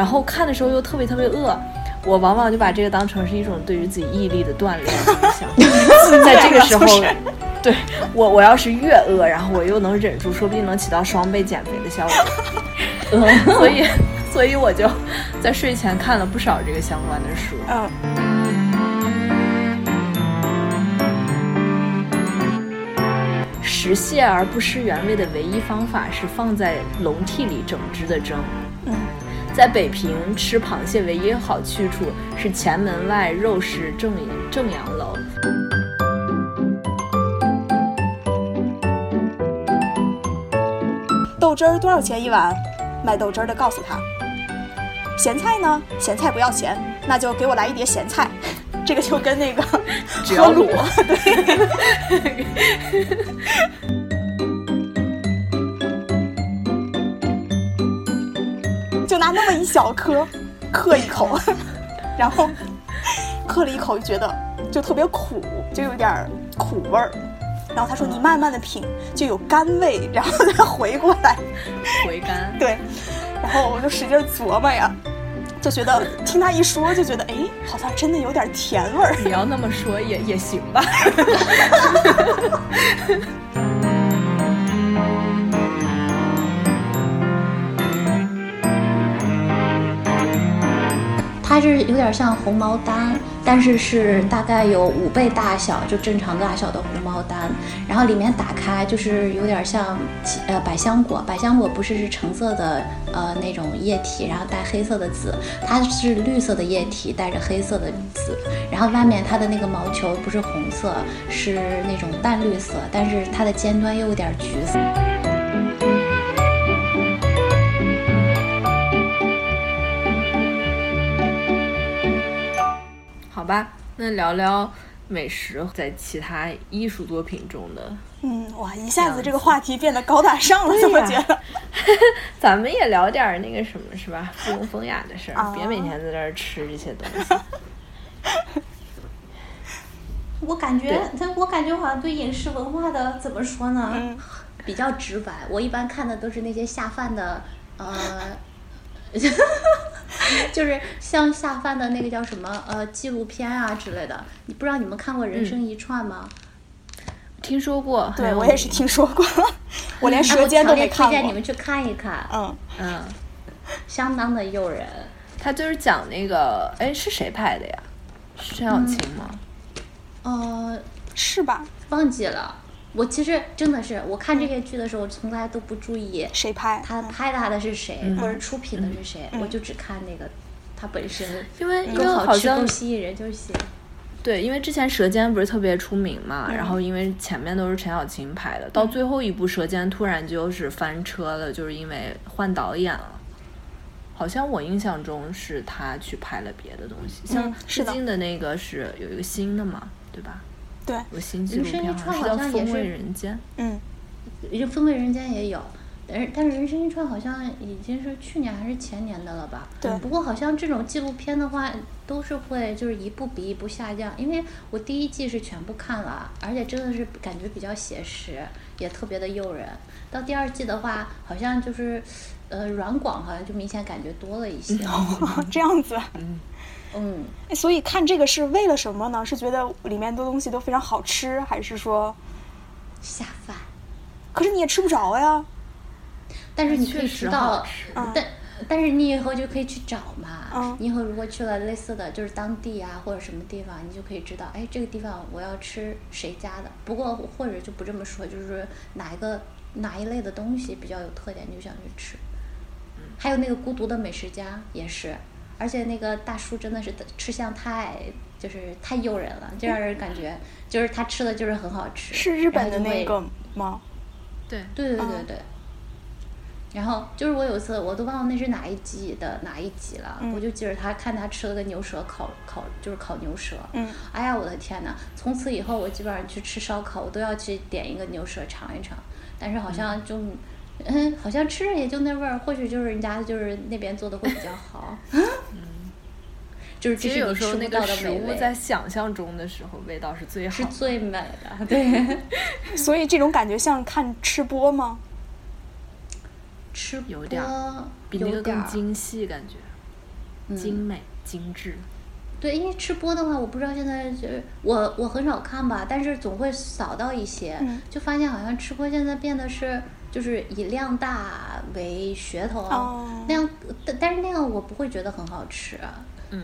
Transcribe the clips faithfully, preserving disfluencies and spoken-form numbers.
然后看的时候又特别特别饿，我往往就把这个当成是一种对于自己毅力的锻炼影响。在这个时候，对我我要是越饿，然后我又能忍住，说不定能起到双倍减肥的效果。所以所以我就在睡前看了不少这个相关的书。 嗯。 食蟹而不失原味的唯一方法是放在笼屉里整只的蒸。 嗯， 在北平吃螃蟹唯一好去处是前门外肉食正正阳楼。 豆汁儿多少钱一碗？卖豆汁儿的告诉他。咸菜呢？咸菜不要钱，那就给我来一碟咸菜。这个就跟那个只要卤， 对。就拿那么一小颗，嗑一口，然后嗑了一口就觉得就特别苦，就有点苦味儿。然后他说你慢慢的品，就有甘味，然后再回过来， 回甘。 对，然后我就使劲琢磨呀。就觉得听他一说就觉得哎，好像真的有点甜味儿。 你要那么说也也行吧。 它是有点像红毛丹，但是是大概有五倍大小，就正常大小的红毛丹。然后里面打开就是有点像呃百香果，百香果不是是橙色的呃那种液体，然后带黑色的籽，它是绿色的液体带着黑色的籽。然后外面它的那个毛球不是红色，是那种淡绿色，但是它的尖端又有点橘色。 好吧，那聊聊美食在其他艺术作品中的。 嗯，哇，一下子这个话题变得高大上了，怎么觉得？ 咱们也聊点那个什么，是吧？附庸风雅的事儿，啊、别每天在这儿吃这些东西。 我感觉，我感觉好像对饮食文化的怎么说呢？ 嗯、 比较直白。我一般看的都是那些下饭的，呃。就是像下饭的那个叫什么呃纪录片啊之类的，你不知道你们看过《人生一串》吗？ 嗯、听说过， 对我也是听说过，我连《舌尖》都没看过。 我强烈推荐你们去看一看， 嗯嗯， 相当的诱人。 他就是讲那个，哎，是谁拍的呀？是陈小青吗？ 嗯、呃， 是吧？ 忘记了。我其实真的是，我看这些剧的时候，我从来都不注意谁拍他拍他的是谁， 嗯、 或者出品的是谁， 嗯、 我就只看那个他本身， 因为因为够好像够吸引人就行。 对，因为之前《舌尖》不是特别出名嘛， 嗯、 然后因为前面都是陈小青拍的，到最后一部《舌尖》突然就是翻车了，就是因为换导演了。好像我印象中是他去拍了别的东西， 嗯、 像最近的那个是有一个新的嘛，对吧？ 对， 有新纪录片好像是叫《风味人间》。 嗯， 《风味人间》也有，但是但是《人生一串》好像已经是去年还是前年的了吧？ 对。 不过好像这种纪录片的话，都是会就是一部比一部下降，因为我第一季是全部看了，而且真的是感觉比较写实，也特别的诱人。到第二季的话，好像就是呃软广好像就明显感觉多了一些。 哦，这样子。 嗯。 嗯， 所以看这个是为了什么呢？是觉得里面的东西都非常好吃，还是说下饭？ 可是你也吃不着呀。 但是你可以知道， 嗯、 但但是你以后就可以去找嘛。 嗯、 你以后如果去了类似的就是当地啊或者什么地方，你就可以知道，哎，这个地方我要吃谁家的。不过或者就不这么说，就是哪一个哪一类的东西比较有特点，你就想去吃。还有那个孤独的美食家也是。而且那个大叔真的是吃相太就是太诱人了，就让人感觉就是他吃的就是很好吃。 是日本的那个吗？ 对对对对对对。然后就是我有一次我都忘了那是哪一集的哪一集了， 嗯、 我就记着他看他吃了个牛舌烤烤就是烤牛舌， 嗯， 哎呀我的天哪！从此以后我基本上去吃烧烤，我都要去点一个牛舌尝一尝，但是好像就。嗯嗯，好像吃着也就那味儿，或许就是人家就是那边做的会比较好。嗯，就是其实有时候那个食物在想象中的时候，味道是最好的， 是最美的。对， 所以这种感觉像看吃播吗？ 吃播有点比那个更精细，感觉。 精美、精致。 对，因为吃播的话，我不知道现在就是我我很少看吧，但是总会扫到一些， 嗯、 就发现好像吃播现在变得是就是以量大为噱头， 哦、 那样，但是那样我不会觉得很好吃。 嗯，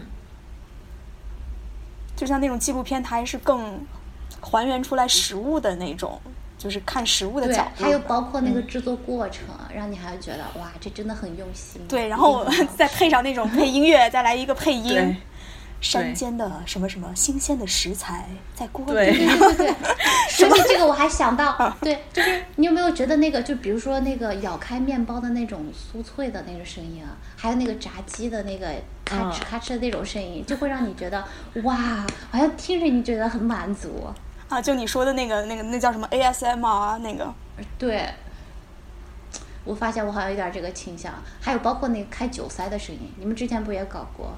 就像那种纪录片，它还是更还原出来食物的那种，就是看食物的角度。 对，还有包括那个制作过程，嗯、让你还觉得哇，这真的很用心。 对，然后再配上那种配音乐，再来一个配音。山间的什么什么新鲜的食材在锅里， 对对对对，说起这个我还想到，对，就是你有没有觉得那个，就比如说那个咬开面包的那种酥脆的那个声音啊，还有那个炸鸡的那个咔哧咔哧的那种声音，就会让你觉得哇，好像听着你觉得很满足啊。就你说的那个那个那叫什么 A S M R 那个， 对。我发现我好像有点这个倾向，还有包括那个开酒塞的声音，你们之前不也搞过？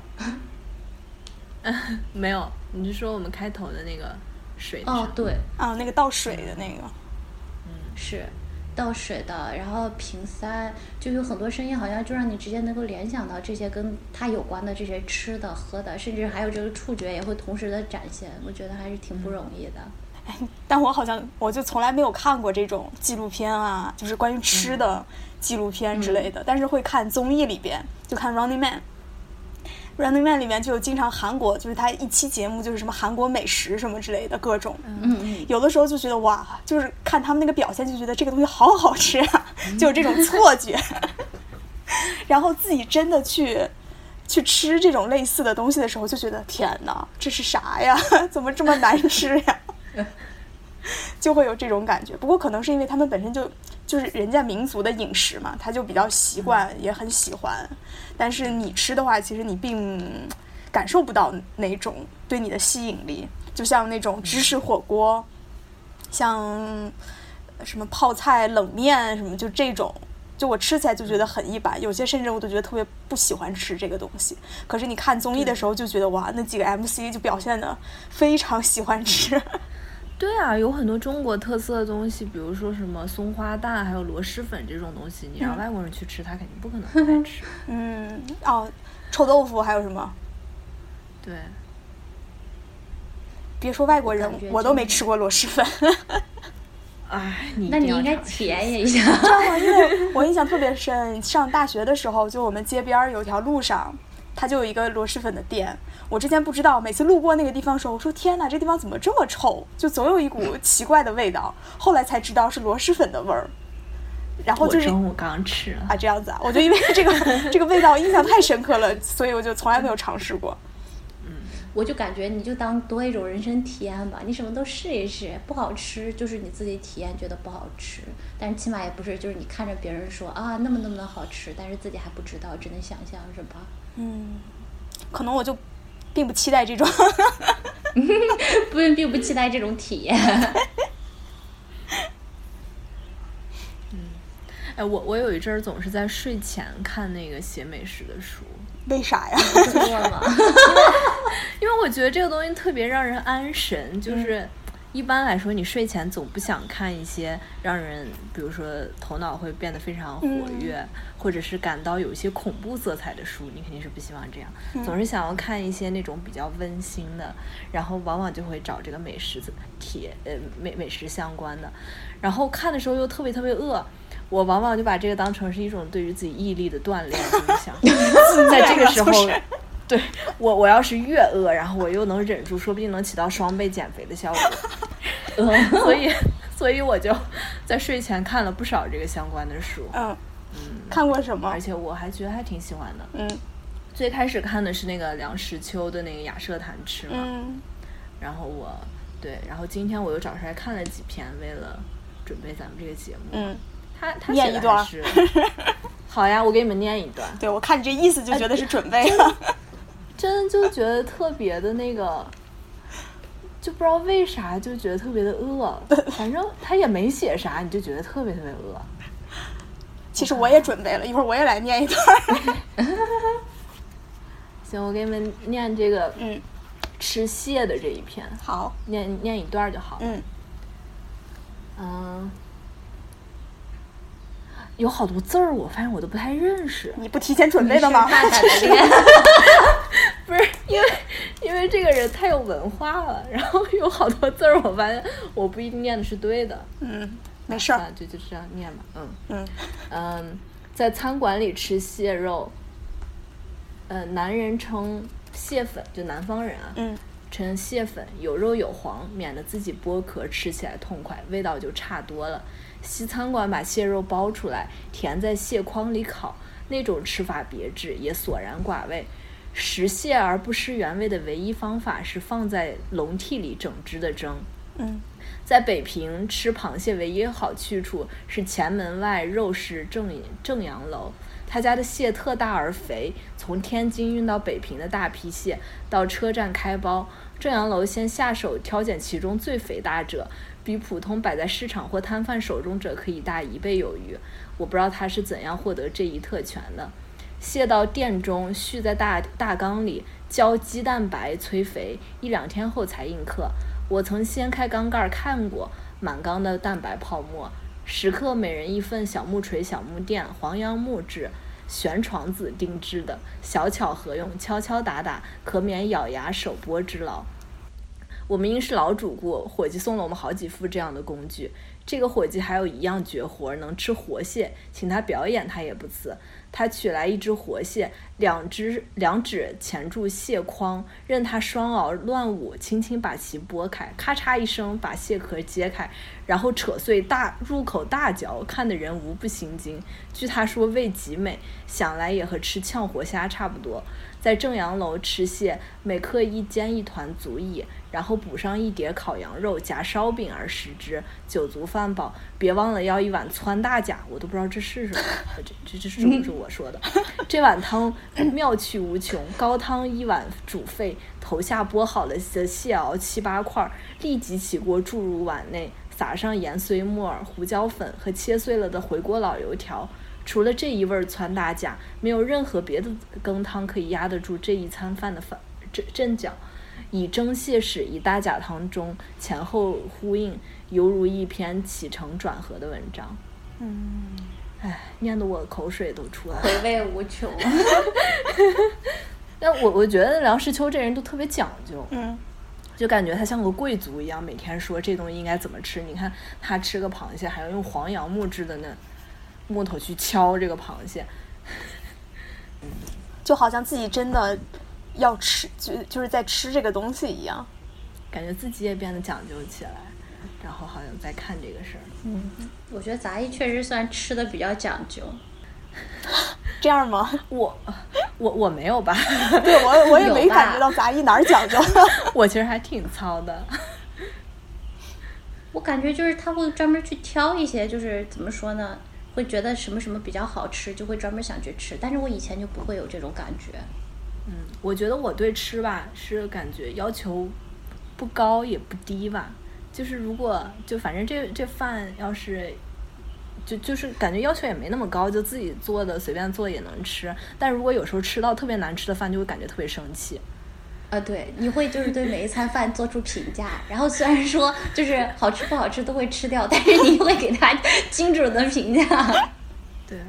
没有，你是说我们开头的那个水的？ 哦，对， 啊，那个倒水的那个， 嗯，是倒水的，然后瓶塞，就有很多声音，好像就让你直接能够联想到这些跟它有关的这些吃的、喝的，甚至还有这个触觉也会同时的展现，我觉得还是挺不容易的。 哎，但我好像我就从来没有看过这种纪录片啊，就是关于吃的纪录片之类的，嗯、但是会看综艺里边，就看 Running Man。Running Man 里面就有经常韩国，就是他一期节目就是什么韩国美食什么之类的各种， 嗯嗯， 有的时候就觉得哇，就是看他们那个表现就觉得这个东西好好吃啊，就有这种错觉。然后自己真的去去吃这种类似的东西的时候，就觉得天哪，这是啥呀？怎么这么难吃呀？就会有这种感觉。不过可能是因为他们本身就就是人家民族的饮食嘛，他就比较习惯，也很喜欢。但是你吃的话，其实你并感受不到那种对你的吸引力，就像那种芝士火锅，像什么泡菜冷面什么，就这种，就我吃起来就觉得很一般，有些甚至我都觉得特别不喜欢吃这个东西。可是你看综艺的时候就觉得哇，那几个 M C 就表现得非常喜欢吃。 对啊，有很多中国特色的东西，比如说什么松花蛋还有螺蛳粉这种东西，你让外国人去吃，他肯定不可能爱吃。 嗯，哦，臭豆腐还有什么？ 对， 别说外国人，我, 我都没吃过螺蛳粉。 哎，你那你应该体验一下。 知道吗？因为我印象特别深，上大学的时候，就我们街边有条路上，它就有一个螺蛳粉的店。我之前不知道，每次路过那个地方的时候，我说天哪，这地方怎么这么臭？就总有一股奇怪的味道。后来才知道是螺蛳粉的味儿。然后就是我中午刚吃了啊，这样子啊，我就因为这个这个味道印象太深刻了，所以我就从来没有尝试过。 嗯，我就感觉你就当多一种人生体验吧，你什么都试一试，不好吃就是你自己体验觉得不好吃，但是起码也不是就是你看着别人说啊那么那么的好吃，但是自己还不知道，只能想象，是吧？ 嗯，可能我就并不期待这种不并不期待这种体验。 嗯，哎，我我有一阵儿总是在睡前看那个写美食的书。 为啥呀？ 做吗？ 因为我觉得这个东西特别让人安神，就是一般来说你睡前总不想看一些让人比如说头脑会变得非常活跃、嗯、或者是感到有一些恐怖色彩的书，你肯定是不希望这样、嗯、总是想要看一些那种比较温馨的，然后往往就会找这个美食帖呃美美食相关的，然后看的时候又特别特别饿，我往往就把这个当成是一种对于自己毅力的锻炼，就是想在这个时候对我我要是越饿，然后我又能忍住，说不定能起到双倍减肥的效果。所以所以我就在睡前看了不少这个相关的书。 嗯嗯，看过什么？ 而且我还觉得还挺喜欢的。 嗯， 最开始看的是那个梁实秋的那个《雅舍谈吃》嘛。 嗯， 然后我对，然后今天我又找出来看了几篇，为了准备咱们这个节目。 嗯， 他他写的还是好呀，我给你们念一段。 对，我看你这意思就觉得是准备了。 哎真的就觉得特别的那个，就不知道为啥就觉得特别的饿，反正他也没写啥，你就觉得特别特别饿。 其实我也准备了，一会儿我也来念一段。 行，我给你们念这个， 嗯， 吃蟹的这一篇。 好， 念念一段就好了。 嗯嗯， 有好多字儿，我发现我都不太认识。 你不提前准备的吗？ 大胆的练。 不是因为因为这个人太有文化了，然后有好多字儿，我发现我不一定念的是对的。 嗯，没事儿， 就就这样念吧。嗯嗯嗯，在餐馆里吃蟹肉，呃，男人称蟹粉，就南方人啊， 嗯， 称蟹粉，有肉有黄，免得自己剥壳吃起来痛快，味道就差多了。西餐馆把蟹肉剥出来，填在蟹筐里烤，那种吃法别致，也索然寡味。食蟹而不失原味的唯一方法是放在笼屉里整只的蒸。 嗯， 在北平吃螃蟹唯一好去处是前门外肉市正正阳楼，他家的蟹特大而肥，从天津运到北平的大批蟹到车站开包，正阳楼先下手挑拣其中最肥大者，比普通摆在市场或摊贩手中者可以大一倍有余。我不知道他是怎样获得这一特权的。蟹到店中蓄在大大缸里，浇鸡蛋白催肥，一两天后才印刻。我曾掀开缸盖看过，满缸的蛋白泡沫。食客每人一份小木锤小木垫，黄杨木质，悬床子钉制的，小巧合用，敲敲打打，可免咬牙手剥之劳。我们因是老主顾，伙计送了我们好几副这样的工具。这个伙计还有一样绝活，能吃活蟹，请他表演他也不辞。他取来一只活蟹，两只两指钳住蟹筐，任他双螯乱舞，轻轻把其拨开，咔嚓一声把蟹壳揭开，然后扯碎大入口大嚼，看得人无不心惊。据他说味极美，想来也和吃呛活虾差不多。在正阳楼吃蟹，每客一煎一团足矣，然后补上一碟烤羊肉夹烧饼而食之，酒足饭饱。别忘了要一碗汆大甲，我都不知道这是什么，这这这是不是我说的？这碗汤妙趣无穷，高汤一碗煮沸，头下剥好了的蟹螯七八块，立即起锅注入碗内，撒上盐碎末、胡椒粉和切碎了的回锅老油条。除了这一味汆大甲，没有任何别的羹汤可以压得住这一餐饭的饭阵阵脚。以蒸蟹史以大甲汤中前后呼应，犹如一篇起承转合的文章。 嗯， 哎，念得我口水都出来了， 回味无穷。 但我我觉得梁实秋这人都特别讲究， 嗯， 就感觉他像个贵族一样，每天说这东西应该怎么吃。你看他吃个螃蟹，还要用黄杨木质的那木头去敲这个螃蟹， 就好像自己真的要吃，就就是在吃这个东西一样， 感觉自己也变得讲究起来，然后好像在看这个事儿。 嗯， 我觉得杂艺确实算吃的比较讲究。 这样吗？ 我我我没有吧？ 对，我我也没感觉到杂艺哪儿讲究。 我其实还挺糙的。 我感觉就是他会专门去挑一些，就是怎么说呢？会觉得什么什么比较好吃，就会专门想去吃。但是我以前就不会有这种感觉。 嗯，我觉得我对吃吧是感觉要求不高也不低吧，就是如果就反正这这饭要是就就是感觉要求也没那么高，就自己做的随便做也能吃。但如果有时候吃到特别难吃的饭，就会感觉特别生气。 啊，对，你会就是对每一餐饭做出评价，然后虽然说就是好吃不好吃都会吃掉，但是你会给他精准的评价。 对，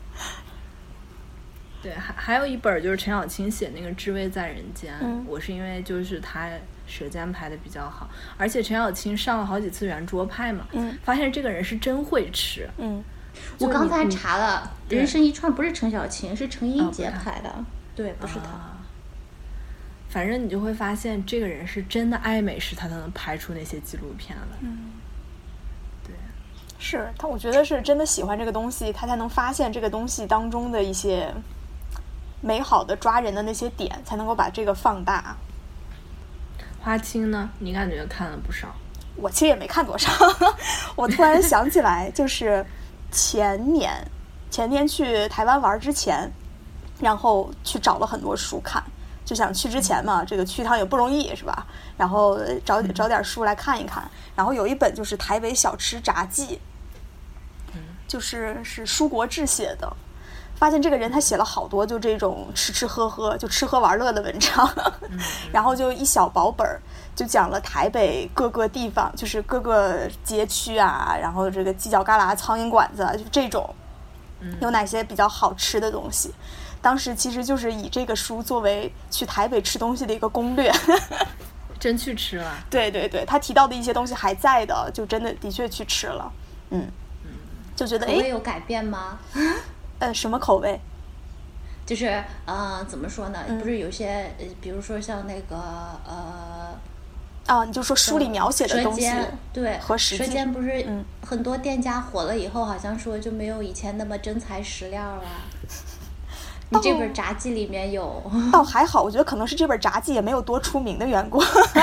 对，还还有一本就是陈小青写那个《知味在人间》， 嗯， 我是因为就是他舌尖拍的比较好，而且陈小青上了好几次圆桌派嘛， 嗯， 发现这个人是真会吃， 嗯， 我刚才查了，人生一串不是陈小青，是程一杰拍的，哦，对，不是他。啊， 反正你就会发现这个人是真的爱美食，他才能拍出那些纪录片来。 嗯， 对， 是他，我觉得是真的喜欢这个东西，他才能发现这个东西当中的一些美好的抓人的那些点，才能够把这个放大。 花青呢？你感觉看了不少？ 我其实也没看多少。我突然想起来，就是前年前年去台湾玩之前，然后去找了很多书看。就想去之前嘛，这个去一趟也不容易，是吧？然后找找点书来看一看。然后有一本就是《台北小吃札记》，就是是舒国治写的。发现这个人他写了好多就这种吃吃喝喝就吃喝玩乐的文章，然后就一小薄本就讲了台北各个地方，就是各个街区啊，然后这个犄角旮旯苍蝇馆子就这种有哪些比较好吃的东西。当时其实就是以这个书作为去台北吃东西的一个攻略。 真去吃了？ 对对对，他提到的一些东西还在的，就真的的确去吃了。嗯，就觉得口味有改变吗？ 呃，什么口味？ 就是呃，怎么说呢？ 嗯、 不是有些，比如说像那个呃， 啊，你就说书里描写的东西， 对， 和实际舌尖不是嗯很多店家火了以后，好像说就没有以前那么真材实料了。你这本札记里面有？ 倒还好，我觉得可能是这本札记也没有多出名的缘故。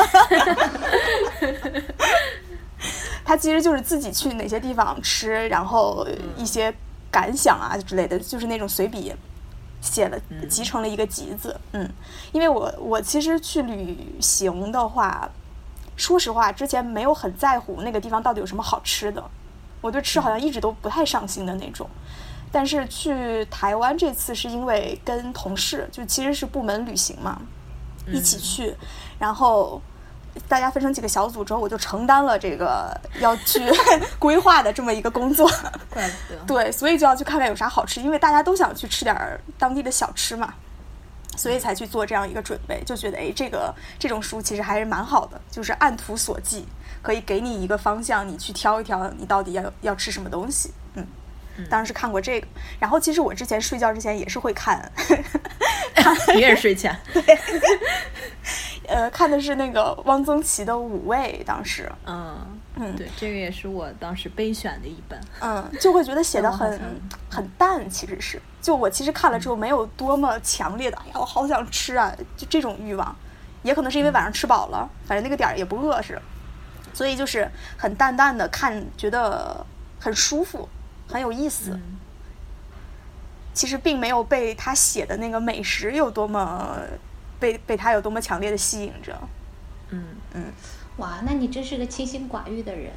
他其实就是自己去哪些地方吃，然后一些感想啊之类的，就是那种随笔写了，集成了一个集子。嗯，因为我我其实去旅行的话，说实话，之前没有很在乎那个地方到底有什么好吃的，我对吃好像一直都不太上心的那种。但是去台湾这次是因为跟同事，就其实是部门旅行嘛，一起去，然后大家分成几个小组之后，我就承担了这个要去规划的这么一个工作。 怪不得。 对，所以就要去看看有啥好吃，因为大家都想去吃点当地的小吃嘛，所以才去做这样一个准备，就觉得哎，这个这种书其实还是蛮好的，就是按图索骥，可以给你一个方向，你去挑一挑，你到底要要吃什么东西。嗯。当然是看过这个，然后其实我之前睡觉之前也是会看， 看你也是睡前， 对，呃，看的是那个汪曾祺的《五味》，当时， 嗯嗯，对，这个也是我当时备选的一本， 嗯，就会觉得写的很很淡，其实是，就我其实看了之后没有多么强烈的，哎呀，我好想吃啊，就这种欲望，也可能是因为晚上吃饱了，反正那个点儿也不饿似的，所以就是很淡淡的看，觉得很舒服。很有意思、嗯，其实并没有被他写的那个美食有多么被被他有多么强烈的吸引着。 嗯嗯， 哇，那你真是个清心寡欲的人。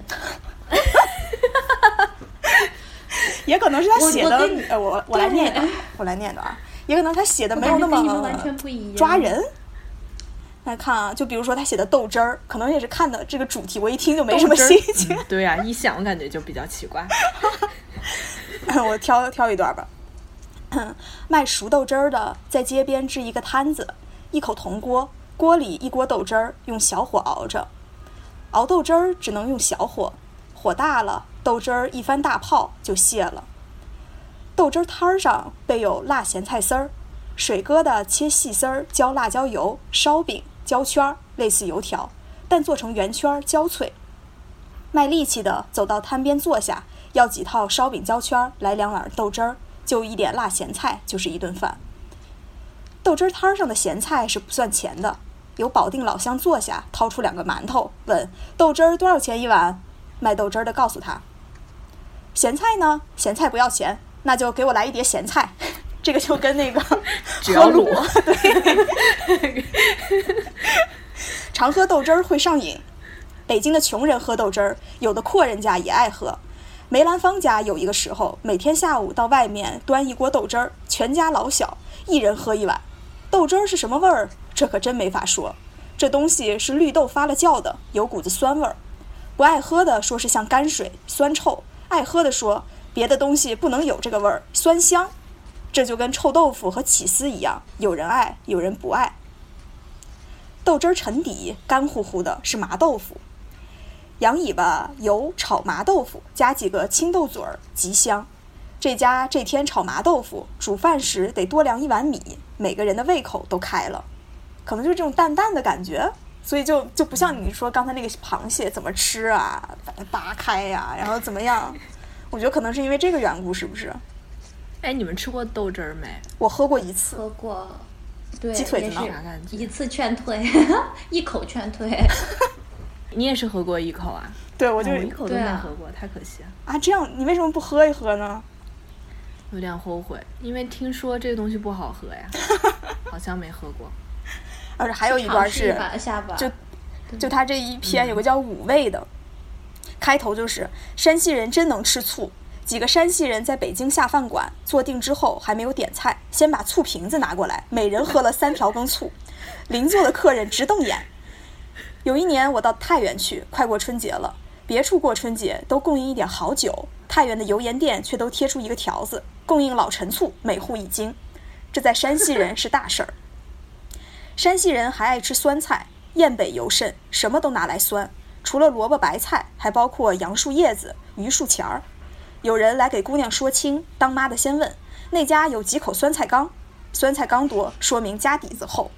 也可能是他写的， 我呃，我我来念的，我来念的啊，也可能他写的没有那么完全不一样抓人。来看啊，就比如说他写的豆汁儿，可能也是看的这个主题，我一听就没什么心情。 嗯、对呀、啊，一想感觉就比较奇怪。 我挑挑一段吧。卖熟豆汁儿的在街边支一个摊子，一口铜锅，锅里一锅豆汁儿，用小火熬着。熬豆汁儿只能用小火，火大了，豆汁儿一番大泡就泄了。豆汁儿摊儿上备有辣咸菜丝儿，水疙瘩切细丝儿，浇辣椒油，烧饼。焦圈类似油条，但做成圆圈焦脆。卖力气的走到摊边坐下，要几套烧饼焦圈，来两碗豆汁儿，就一点辣咸菜，就是一顿饭。豆汁儿摊上的咸菜是不算钱的，有保定老乡坐下，掏出两个馒头，问豆汁儿多少钱一碗？卖豆汁儿的告诉他，咸菜呢？咸菜不要钱，那就给我来一碟咸菜。这个就跟那个只要卤， 对，常喝豆汁儿会上瘾。北京的穷人喝豆汁儿，有的阔人家也爱喝。梅兰芳家有一个时候，每天下午到外面端一锅豆汁儿，全家老小一人喝一碗。豆汁儿是什么味儿？这可真没法说。这东西是绿豆发了酵的，有股子酸味儿。不爱喝的说是像泔水，酸臭；爱喝的说别的东西不能有这个味儿，酸香。这就跟臭豆腐和起司一样，有人爱，有人不爱。豆汁儿沉底，干乎乎的，是麻豆腐。羊尾巴油炒麻豆腐，加几个青豆嘴儿，极香。这家这天炒麻豆腐，煮饭时得多量一碗米，每个人的胃口都开了。可能就是这种淡淡的感觉，所以就就不像你说刚才那个螃蟹怎么吃啊，把它扒开呀、啊，然后怎么样？我觉得可能是因为这个缘故，是不是？ 哎，你们吃过豆汁儿没？ 我喝过一次， 喝过，对， 鸡腿子呢？ 一次劝退，一口劝退。 你也是喝过一口啊？ 对，我就、 哦、我一口都没喝过，太可惜了。 啊，这样你为什么不喝一喝呢？ 有点后悔，因为听说这个东西不好喝呀，好像没喝过。 而且还有一段是，就就他这一篇有个叫五味的，嗯、开头就是山西人真能吃醋。几个山西人在北京下饭馆坐定之后还没有点菜，先把醋瓶子拿过来，每人喝了三瓢羹醋，邻座的客人直瞪眼。有一年我到太原去，快过春节了，别处过春节都供应一点好酒， 太原的油盐店却都贴出一个条子，供应老陈醋，每户一斤。这在山西人是大事儿。山西人还爱吃酸菜，雁北尤甚，什么都拿来酸。除了萝卜白菜，还包括杨树叶子、榆树钱儿。有人来给姑娘说亲，当妈的先问那家有几口酸菜缸，酸菜缸多，说明家底子厚。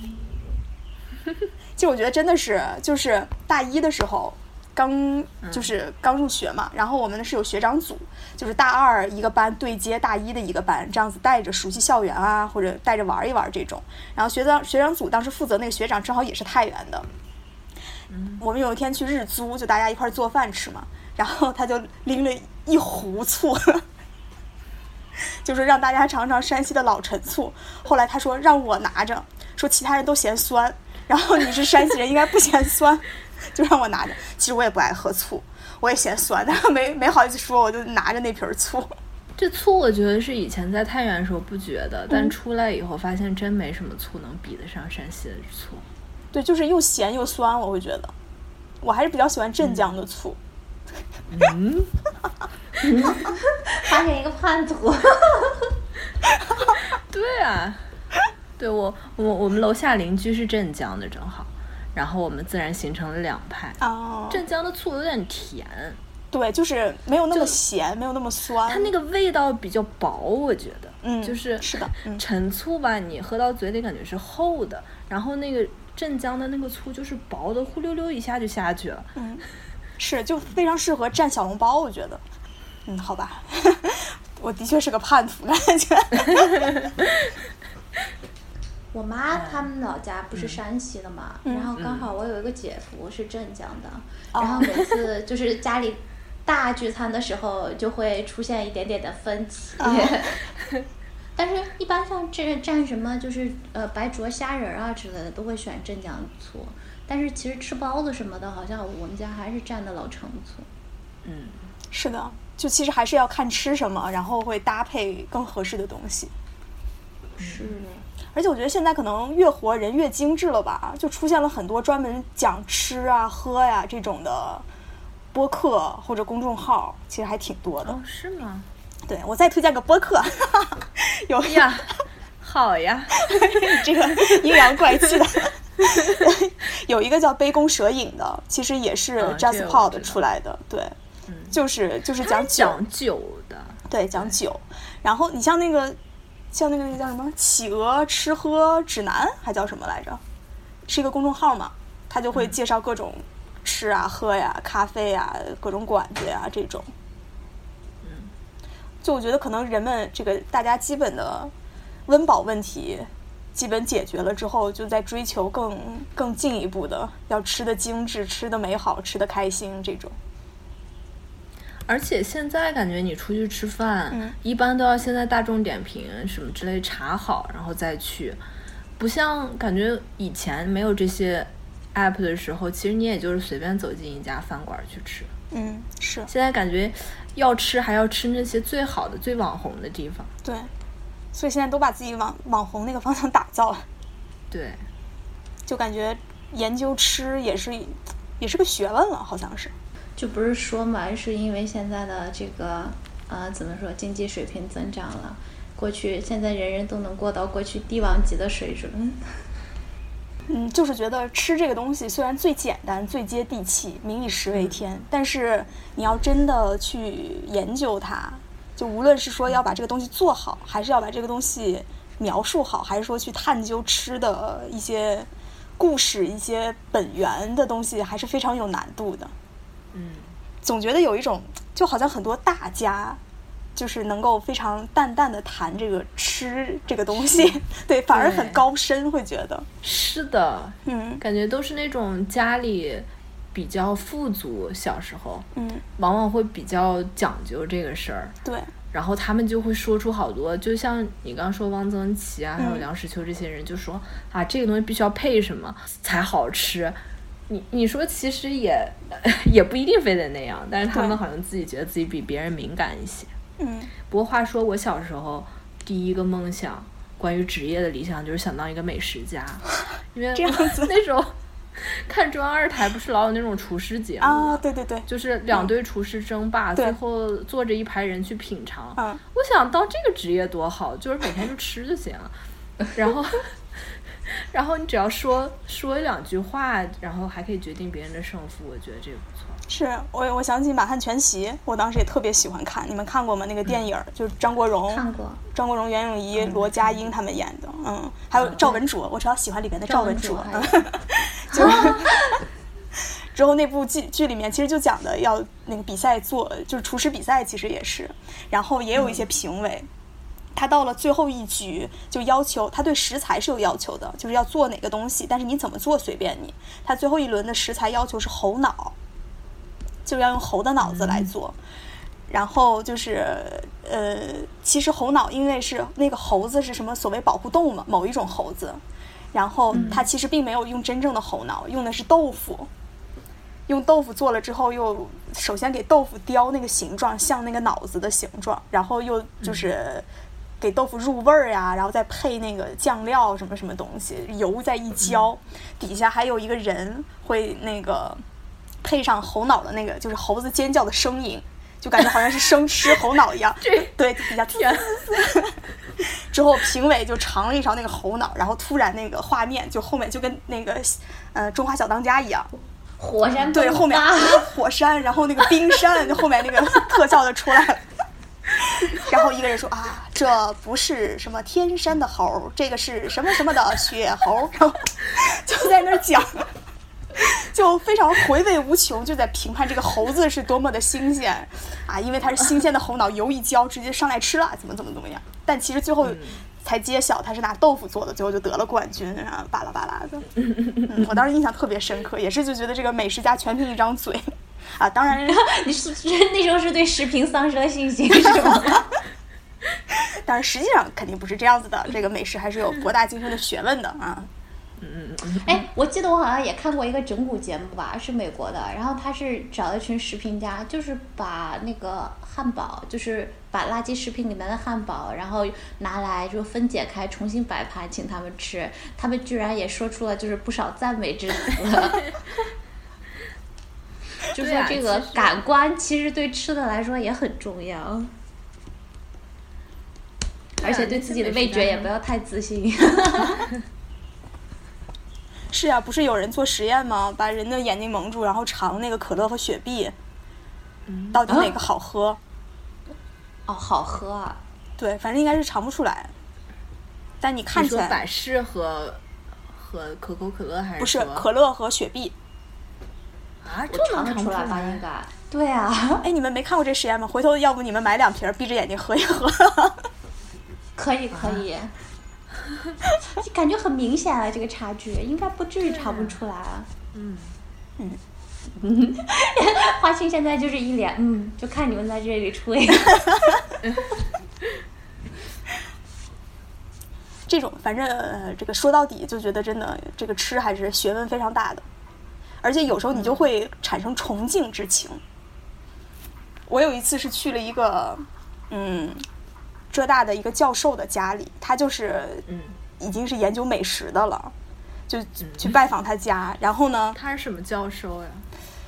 就我觉得真的是，就是大一的时候，刚就是刚入学嘛，然后我们是有学长组，就是大二一个班对接大一的一个班，这样子带着熟悉校园啊，或者带着玩一玩这种。然后学长学长组当时负责那个学长正好也是太原的，我们有一天去日租，就大家一块做饭吃嘛，然后他就拎了一壶醋。就是让大家尝尝山西的老陈醋。后来他说让我拿着，说其他人都嫌酸，然后你是山西人应该不嫌酸，就让我拿着。其实我也不爱喝醋，我也嫌酸，但是没没好意思说，我就拿着那瓶醋。 这醋我觉得是以前在太原的时候不觉得，但出来以后发现真没什么醋能比得上山西的醋。 对，就是又咸又酸，我会觉得，我还是比较喜欢镇江的醋。 嗯， 嗯发现一个叛徒。 对啊，对我我我们楼下邻居是镇江的，正好，然后我们自然形成了两派。 哦， 镇江的醋有点甜， 对，就是没有那么咸，没有那么酸， 它那个味道比较薄，我觉得， 嗯， 就是是的，嗯， 陈醋吧，你喝到嘴里感觉是厚的，然后那个镇江的那个醋就是薄的，呼溜溜一下就下去了。 嗯，是，就非常适合蘸小笼包，我觉得。嗯，好吧，我的确是个叛徒，感觉。 我妈他们老家不是山西的嘛， 嗯、 然后刚好我有一个姐夫是镇江的， 嗯、 然后每次就是家里大聚餐的时候就会出现一点点的分歧。嗯、但是，一般像这蘸什么就是呃白灼虾仁啊之类的，都会选镇江醋。但是其实吃包子什么的，好像我们家还是蘸的老陈醋。 嗯， 是的，就其实还是要看吃什么，然后会搭配更合适的东西。 是的。 而且我觉得现在可能越活人越精致了吧，就出现了很多专门讲吃啊喝呀这种的播客或者公众号，其实还挺多的。 哦，是吗？ 对，我再推荐个播客，有呀，好呀， 这个阴阳怪气的。有一个叫杯弓蛇影的，其实也是 JazzPod 出来的，对， 嗯， 就是就是讲酒讲酒的， 对，讲酒。然后你像那个像那个那个叫什么企鹅吃喝指南还叫什么来着，是一个公众号嘛，他就会介绍各种吃啊喝呀咖啡呀各种馆子呀这种。 嗯， 就我觉得可能人们这个大家基本的温饱问题基本解决了之后，就在追求更更进一步的，要吃的精致，吃的美好，吃的开心这种。 而且现在感觉你出去吃饭， 嗯、 一般都要先在大众点评什么之类查好，然后再去。不像感觉以前没有这些 app 的时候，其实你也就是随便走进一家饭馆去吃。 嗯，是。 现在感觉要吃还要吃那些最好的、最网红的地方。 对。所以现在都把自己往网红那个方向打造了。 对。 就感觉研究吃也是也是个学问了，好像是。 就不是说嘛，是因为现在的这个呃怎么说经济水平增长了，过去现在人人都能过到过去帝王级的水准。 嗯，就是觉得吃这个东西虽然最简单最接地气，民以食为天，但是你要真的去研究它，就无论是说要把这个东西做好，还是要把这个东西描述好，还是说去探究吃的一些故事一些本源的东西，还是非常有难度的。 嗯， 总觉得有一种就好像很多大家就是能够非常淡淡的谈这个吃这个东西，对，反而很高深，会觉得是的， 嗯， 感觉都是那种家里比较富足，小时候， 嗯， 往往会比较讲究这个事儿， 对， 然后他们就会说出好多，就像你刚刚说汪曾祺啊，还有嗯梁实秋这些人就说、嗯、啊，这个东西必须要配什么才好吃。你你说其实也也不一定非得那样，但是他们好像自己觉得自己比别人敏感一些。 嗯， 不过话说我小时候第一个梦想关于职业的理想就是想当一个美食家，因为这样子那时候看中央二台不是老有那种厨师节目啊？对对对， 就是两队厨师争霸， 嗯、 最后坐着一排人去品尝。 嗯， 我想当这个职业多好，就是每天就吃就行了。然后，然后你只要说说一两句话，然后还可以决定别人的胜负，我觉得这个不错。 是我我想起《满汉全席》，我当时也特别喜欢看，你们看过吗？那个电影、嗯、就是张国荣看过， 张国荣、袁咏仪、嗯、罗家英他们演的，嗯，还有赵文卓，嗯、我主要喜欢里面的赵文卓，嗯，就是。之后那部剧剧里面其实就讲的要那个比赛做，就是厨师比赛，其实也是，然后也有一些评委。嗯，他到了最后一局就要求他对食材是有要求的，就是要做哪个东西，但是你怎么做随便你。他最后一轮的食材要求是猴脑，就是要用猴的脑子来做。嗯、然后就是呃，其实猴脑因为是那个猴子是什么所谓保护动物嘛，某一种猴子，然后他其实并没有用真正的猴脑，用的是豆腐。用豆腐做了之后，又首先给豆腐雕那个形状，像那个脑子的形状，然后又就是给豆腐入味儿呀，然后再配那个酱料什么什么东西，油再一浇，底下还有一个人会那个配上猴脑的那个，就是猴子尖叫的声音，就感觉好像是生吃猴脑一样。对，比较甜。之后评委就尝了一勺那个猴脑，然后突然那个画面就后面就跟那个呃中华小当家一样。 火山对，后面火山，然后那个冰山，就后面那个特效就出来了。然后一个人说啊，这不是什么天山的猴，这个是什么什么的雪猴，然后就在那儿讲，就非常回味无穷，就在评判这个猴子是多么的新鲜啊，因为它是新鲜的猴脑，油一浇直接上来吃了，怎么怎么怎么样。但其实最后才揭晓他是拿豆腐做的，最后就得了冠军，然后巴拉巴拉的。嗯，我当时印象特别深刻，也是就觉得这个美食家全凭一张嘴啊。当然， 你是那时候是对食评丧失了信心是吗？ 但是实际上肯定不是这样子的，这个美食还是有博大精深的学问的啊。 嗯哎，我记得我好像也看过一个整蛊节目吧，是美国的，然后他是找了一群食评家，就是把那个汉堡，就是把垃圾食品里面的汉堡，然后拿来就分解开，重新摆盘请他们吃，他们居然也说出了就是不少赞美之词。就说这个感官其实对吃的来说也很重要，而且对自己的味觉也不要太自信。 是啊，不是有人做实验吗？把人的眼睛蒙住，然后尝那个可乐和雪碧，嗯，到底哪个好喝？ 哦，好喝啊！ 对，反正应该是尝不出来。但你看起来， 你说百事和和可口可乐还是不是可乐和雪碧？ 啊， 这能尝出来吧？应该。对啊。 哎，你们没看过这实验吗？回头要不你们买两瓶，闭着眼睛喝一喝。 可以可以。啊感觉很明显了，这个差距应该不至于尝不出来啊。 嗯嗯嗯，花青现在就是一脸嗯，就看你们在这里吹。 这种反正、呃、这个说到底就觉得真的这个吃还是学问非常大的，而且有时候你就会产生崇敬之情。我有一次是去了一个嗯。浙大的一个教授的家里，他就是已经是研究美食的了，就去拜访他家。然后呢， 他是什么教授呀？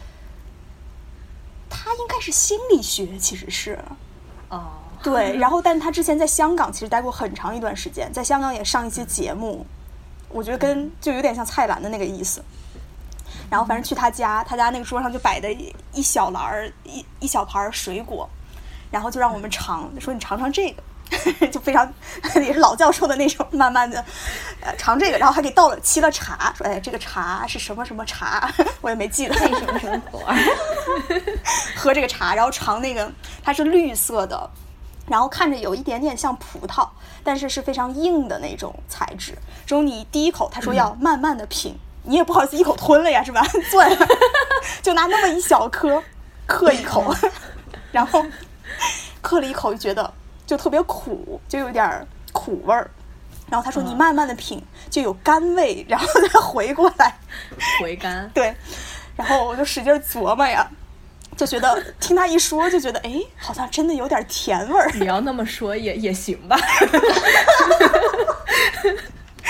他应该是心理学，其实是。 哦。 对，然后但他之前在香港其实待过很长一段时间，在香港也上一些节目，我觉得跟就有点像蔡澜的那个意思。然后反正去他家，他家那个桌上就摆的一小篮儿一一小盘水果，然后就让我们尝，说你尝尝这个。就非常也是老教授的那种，慢慢的呃尝这个，然后还给倒了沏了茶，说哎这个茶是什么什么茶，我也没记得配什么什么果喝这个茶，然后尝那个它是绿色的，然后看着有一点点像葡萄，但是是非常硬的那种材质。之后你第一口他说要慢慢的品、嗯、你也不好意思一口吞了呀是吧，攥了就拿那么一小颗嗑一口，然后嗑了一口就觉得就特别苦，就有点苦味儿。然后他说你慢慢的品，就有甘味，然后再回过来回甘。 对，然后我就使劲琢磨呀，就觉得听他一说就觉得哎，好像真的有点甜味儿。 你要那么说也也行吧。 真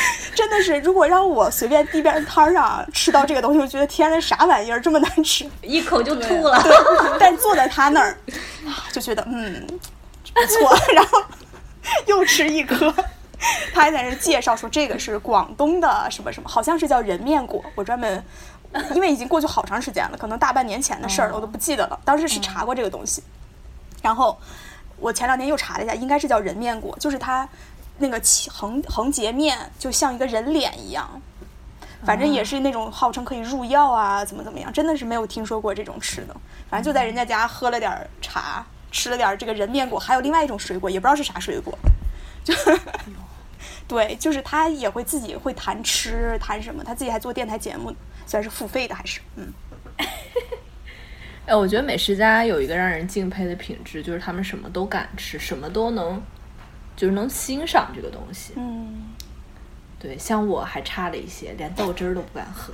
真的是，如果让我随便地边摊上吃到这个东西，我觉得天哪，啥玩意儿这么难吃， 一口就吐了。 对，但坐在他那儿就觉得嗯不错，然后又吃一颗。他还在那介绍说这个是广东的什么什么，好像是叫人面果。我专门，因为已经过去好长时间了，可能大半年前的事儿了，我都不记得了。当时是查过这个东西，然后我前两天又查了一下，应该是叫人面果，就是它那个横横截面就像一个人脸一样，反正也是那种号称可以入药啊，怎么怎么样，真的是没有听说过这种吃的。反正就在人家家喝了点茶，吃了点这个人面果，还有另外一种水果，也不知道是啥水果，就。对，就是他也会自己会谈吃谈什么，他自己还做电台节目，虽然是付费的，还是嗯。 哎，我觉得美食家有一个让人敬佩的品质，就是他们什么都敢吃，什么都能，就是能欣赏这个东西。 嗯， 对，像我还差了一些，连豆汁儿都不敢喝。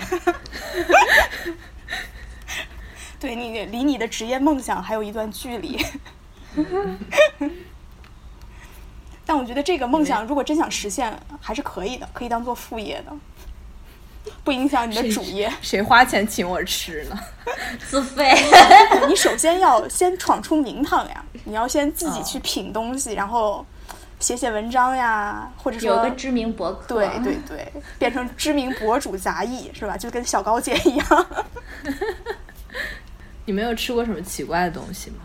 对，你离你的职业梦想还有一段距离。但我觉得这个梦想如果真想实现还是可以的，可以当做副业的，不影响你的主业。 谁, 谁花钱请我吃呢？ 自费。 你首先要先闯出名堂呀，你要先自己去品东西，哦、然后写写文章呀，或者说有个知名博客。 对对对，变成知名博主杂役是吧？就跟小高姐一样。 你没有吃过什么奇怪的东西吗？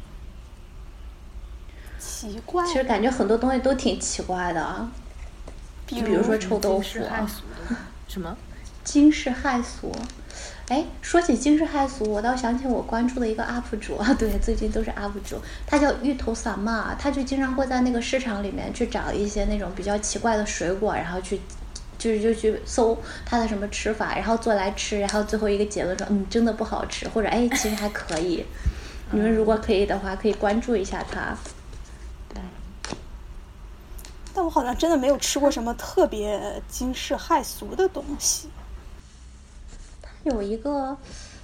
奇怪， 其实感觉很多东西都挺奇怪的啊，比如说臭豆腐啊， 什么惊世骇俗。哎，说起惊世骇俗，我倒想起我关注的一个 U P 主啊，对，最近都是 U P 主，他叫芋头萨玛，他就经常会在那个市场里面去找一些那种比较奇怪的水果，然后去就是就去搜它的什么吃法，然后做来吃，然后最后一个结论说，嗯，真的不好吃，或者哎，其实还可以。你们如果可以的话，可以关注一下他。 但我好像真的没有吃过什么特别惊世骇俗的东西。 它有一个，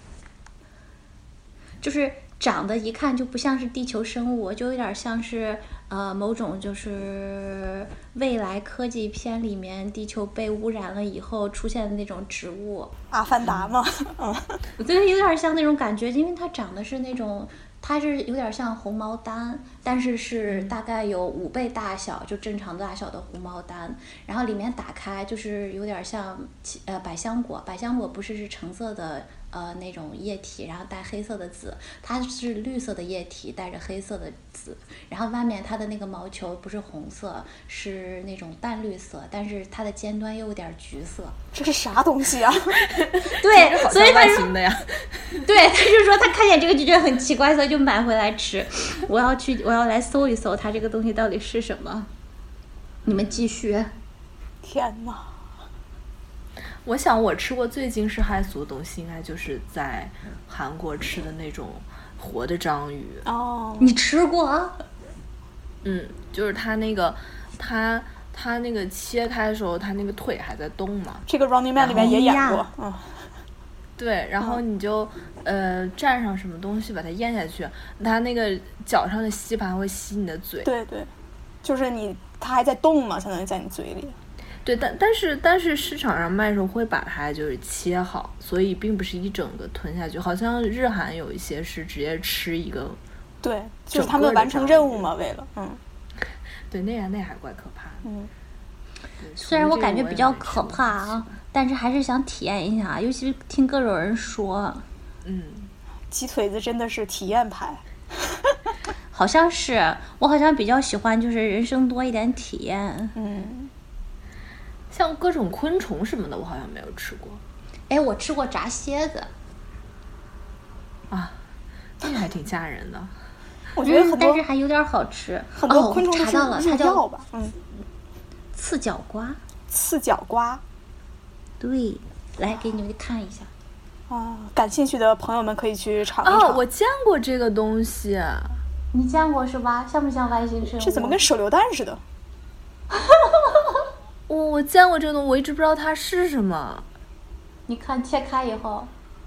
就是长得一看就不像是地球生物，就有点像是呃某种就是未来科技片里面地球被污染了以后出现的那种植物。 阿凡达吗？嗯， 我觉得有点像那种感觉，因为它长得是那种。它是有点像红毛丹，但是是大概有五倍大小，就正常大小的红毛丹。然后里面打开就是有点像呃百香果，百香果不是是橙色的呃那种液体，然后带黑色的籽，它是绿色的液体带着黑色的籽，然后外面它的那个毛球不是红色，是那种淡绿色，但是它的尖端又有点橘色。 这是啥东西啊？ 对，所以他说的呀。 对，他就说他看见这个就觉得很奇怪，所以就买回来吃。我要去，我要来搜一搜它这个东西到底是什么。你们继续。 天哪！ 我想我吃过最惊世骇俗的东西，应该就是在韩国吃的那种活的章鱼。 哦， 你吃过啊？ 嗯，就是它那个，它它那个切开的时候，它那个腿还在动嘛。 这个 Running Man 里面也演过。嗯。 对，然后你就、嗯、呃蘸上什么东西把它咽下去，它那个脚上的吸盘会吸你的嘴。 对对，就是你它还在动嘛，相当于在你嘴里。 对，但但是但是市场上卖的时候会把它就是切好，所以并不是一整个吞下去。好像日韩有一些是直接吃一个。 对，就是他们完成任务嘛，为了嗯。 对，那样那还怪可怕的。 嗯。 虽然我感觉比较可怕啊，但是还是想体验一下，尤其听各种人说。 嗯， 鸡腿子真的是体验派。 好像是，我好像比较喜欢就是人生多一点体验。 嗯， 像各种昆虫什么的我好像没有吃过。 哎，我吃过炸蝎子。 啊，那个还挺吓人的。 我觉得很多、 嗯、但是还有点好吃。 很多昆虫查到了，它叫吧，嗯， 刺角瓜。 刺角瓜。 对，来给你们看一下。 啊，感兴趣的朋友们可以去尝一尝。 哦，我见过这个东西。 你见过是吧？像不像外星生物？ 这怎么跟手榴弹似的？ 我我见过这个东西，我一直不知道它是什么。 你看切开以后，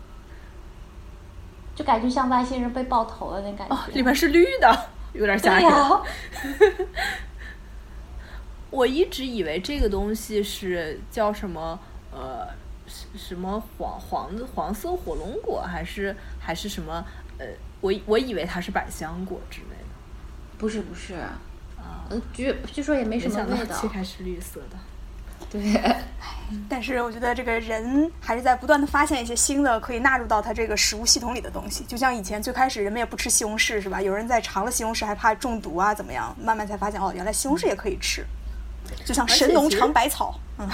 就感觉像外星人被爆头了那感觉。 哦，里面是绿的，有点吓人。 对呀。 我一直以为这个东西是叫什么呃什么黄黄黄色火龙果，还是还是什么呃，我我以为它是百香果之类的。 不是不是， 啊， 呃，据据说也没什么味道。 切开是绿色的。 对， 但是我觉得这个人还是在不断的发现一些新的可以纳入到他这个食物系统里的东西。就像以前最开始人们也不吃西红柿是吧？有人在尝了西红柿还怕中毒啊怎么样？慢慢才发现哦，原来西红柿也可以吃。就像神农尝百草，嗯。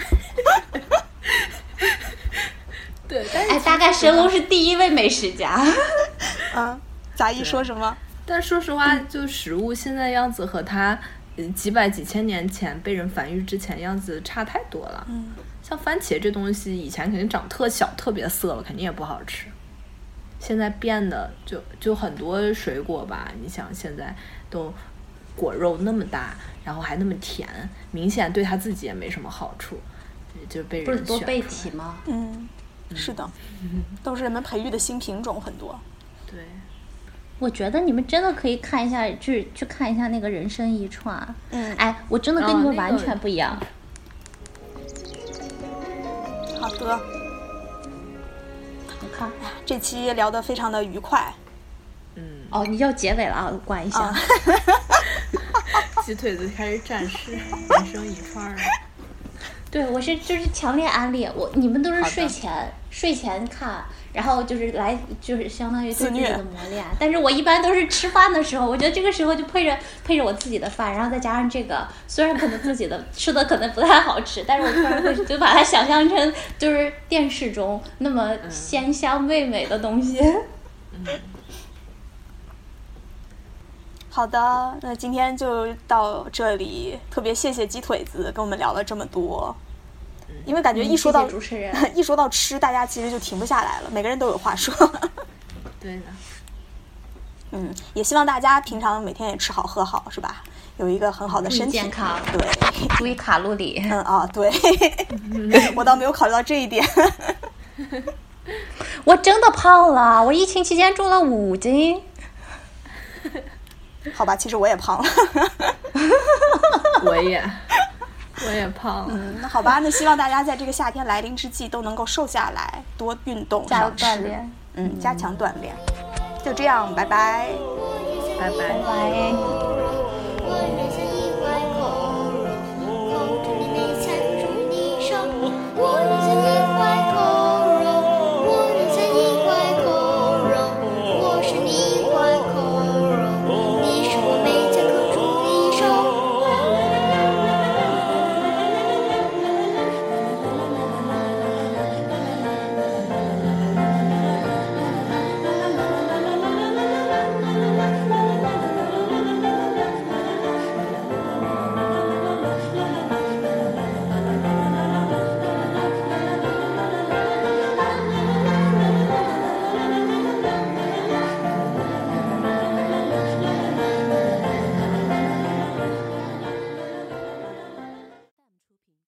对，但是哎，大概神农是第一位美食家。 嗯，杂艺说什么？ 但说实话，就食物现在样子和它几百几千年前被人繁育之前样子差太多了。 嗯， 像番茄这东西以前肯定长特小特别涩了，肯定也不好吃。现在变得就就很多水果吧，你想现在都果肉那么大，然后还那么甜，明显对他自己也没什么好处，就被人不是多选出来被提吗？ 嗯，是的，都是人们培育的新品种很多。 对。 我觉得你们真的可以看一下，去去看一下那个人生遗传。 嗯， 哎，我真的跟你们完全不一样。 哦，好的， 你看， 这期聊得非常的愉快。 嗯。 哦，你要结尾了啊，我关一下。 啊、 鸡腿子开始展示人生一串了。 对，我是就是强烈安利我，你们都是睡前睡前看。然后就是来，就是相当于对自己的磨练。但是我一般都是吃饭的时候，我觉得这个时候就配着配着我自己的饭，然后再加上这个，虽然可能自己的吃的可能不太好吃，但是我突然会就把它想象成就是电视中那么鲜香味美的东西。 嗯。 好的，那今天就到这里，特别谢谢鸡腿子跟我们聊了这么多。因为感觉一说到、 嗯、主持人一说到吃，大家其实就停不下来了，每个人都有话说。 对的。 嗯，也希望大家平常每天也吃好喝好，是吧？有一个很好的身体健康， 对， 注意卡路里。 嗯啊，对，我倒没有考虑到这一点。 我真的胖了，我疫情期间重了五斤。 好吧，其实我也胖了。 我也。我也胖了。 嗯，那好吧，那希望大家在这个夏天来临之际都能够瘦下来，多运动， 加少锻炼， 嗯，加强锻炼。就这样，拜拜， 拜拜， 拜拜。